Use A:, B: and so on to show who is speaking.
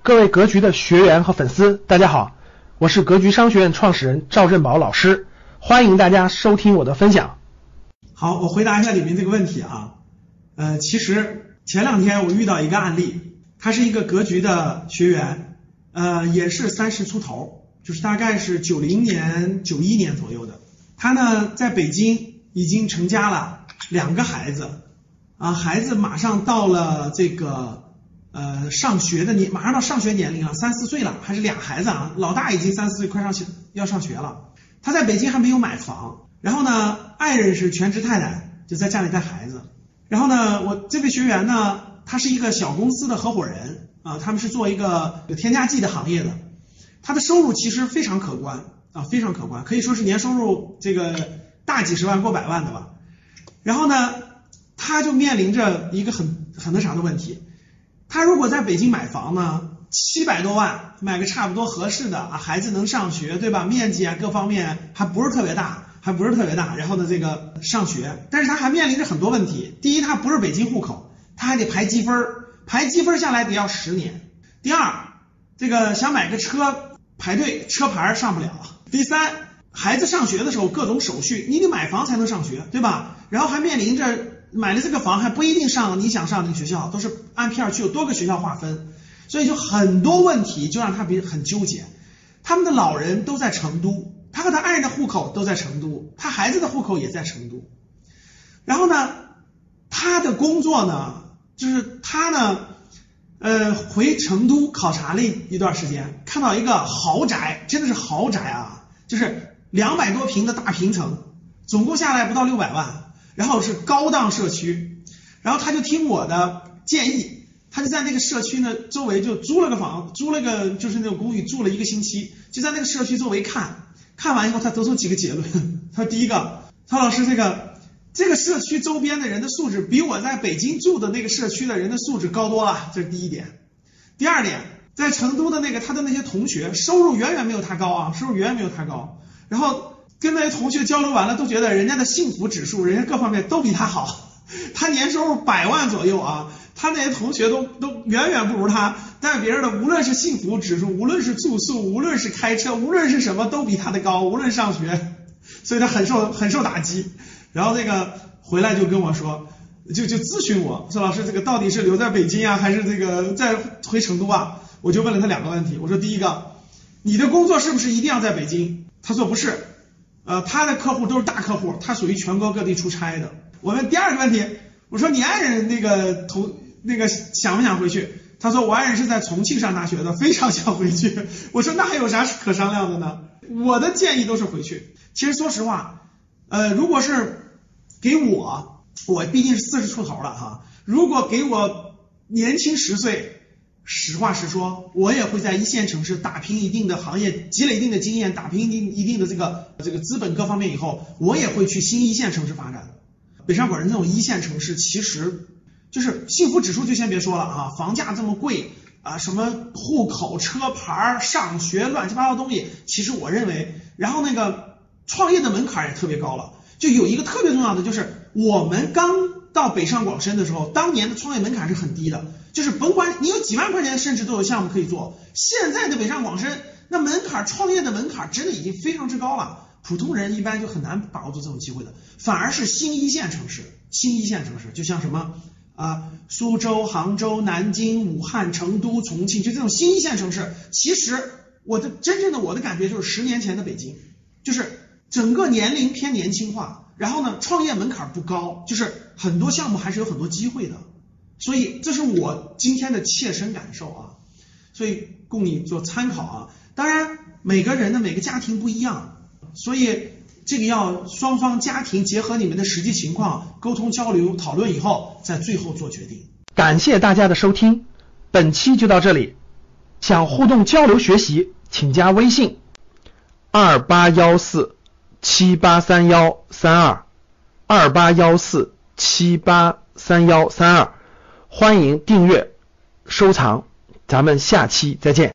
A: 各位格局的学员和粉丝，大家好，我是格局商学院创始人赵振宝老师，欢迎大家收听我的分享。
B: 好，我回答一下里面这个问题啊。其实前两天我遇到一个案例，他是一个格局的学员，也是30出头，就是大概是90年、91年左右的。他呢在北京已经成家了，2个孩子啊，孩子马上到了这个上学的马上到上学年龄了，3、4岁了，还是俩孩子啊，老大已经3、4岁，快要上学了。他在北京还没有买房，然后呢，爱人是全职太太，就在家里带孩子。然后呢，我这位学员呢，他是一个小公司的合伙人啊，他们是做一个添加剂的行业的，他的收入其实非常可观啊，非常可观，可以说是年收入这个大几十万、过百万的吧。然后呢，他就面临着一个很那啥的问题。他如果在北京买房呢，700多万买个差不多合适的啊，孩子能上学，对吧？面积啊各方面还不是特别大，然后呢这个上学，但是他还面临着很多问题。第一，他不是北京户口，他还得排积分下来得要10年。第二，这个想买个车排队，车牌上不了。第三，孩子上学的时候各种手续，你得买房才能上学，对吧？然后还面临着买了这个房还不一定上你想上那个学校，都是按片区有多个学校划分，所以就很多问题就让他很纠结。他们的老人都在成都，他和他爱人的户口都在成都，他孩子的户口也在成都。然后呢，他的工作呢，就是他呢回成都考察了一段时间，看到一个豪宅，真的是豪宅啊，就是200多平的大平层，总共下来不到600万，然后是高档社区。然后他就听我的建议，他就在那个社区呢周围就租了个就是那种公寓，住了1个星期，就在那个社区周围看完以后，他得出几个结论。他说第一个，曹老师，这个社区周边的人的素质比我在北京住的那个社区的人的素质高多了，这是第一点。第二点，在成都的他的那些同学收入远远没有他高啊，然后跟那些同学交流完了，都觉得人家的幸福指数，人家各方面都比他好，他年收入100万左右啊，他那些同学都远远不如他，但别人的无论是幸福指数，无论是住宿，无论是开车，无论是什么都比他的高，无论上学，所以他很受打击。然后回来就跟我说，就咨询我说，老师，这个到底是留在北京啊，还是这个再回成都啊？我就问了他2个问题，我说第一个，你的工作是不是一定要在北京？他说不是，他的客户都是大客户，他属于全国各地出差的。我问第2个问题，我说你爱人想不想回去？他说我爱人是在重庆上大学的，非常想回去。我说那还有啥可商量的呢？我的建议都是回去。其实说实话，如果是给我毕竟是40出头了哈，如果给我年轻10岁，实话实说，我也会在1线城市打拼一定的行业，积累一定的经验，打拼一定的这个资本各方面以后，我也会去新1线城市发展。北上广深这种1线城市，其实就是幸福指数就先别说了啊，房价这么贵啊，什么户口、车牌、上学乱七八糟东西，其实我认为，然后创业的门槛也特别高了。就有一个特别重要的，就是我们刚到北上广深的时候，当年的创业门槛是很低的，就是甭管你有几万块钱，甚至都有项目可以做。现在的北上广深那创业的门槛真的已经非常之高了，普通人一般就很难把握住这种机会的。反而是新一线城市，就像什么苏州、杭州、南京、武汉、成都、重庆，就这种新一线城市，其实我的感觉就是10年前的北京，就是整个年龄偏年轻化，然后呢创业门槛不高，就是很多项目还是有很多机会的。所以这是我今天的切身感受啊，所以供你做参考啊。当然每个人的每个家庭不一样，所以这个要双方家庭结合你们的实际情况沟通交流讨论以后，再最后做决定。
A: 感谢大家的收听，本期就到这里。想互动交流学习，请加微信2814783132，2814783132，欢迎订阅收藏，咱们下期再见。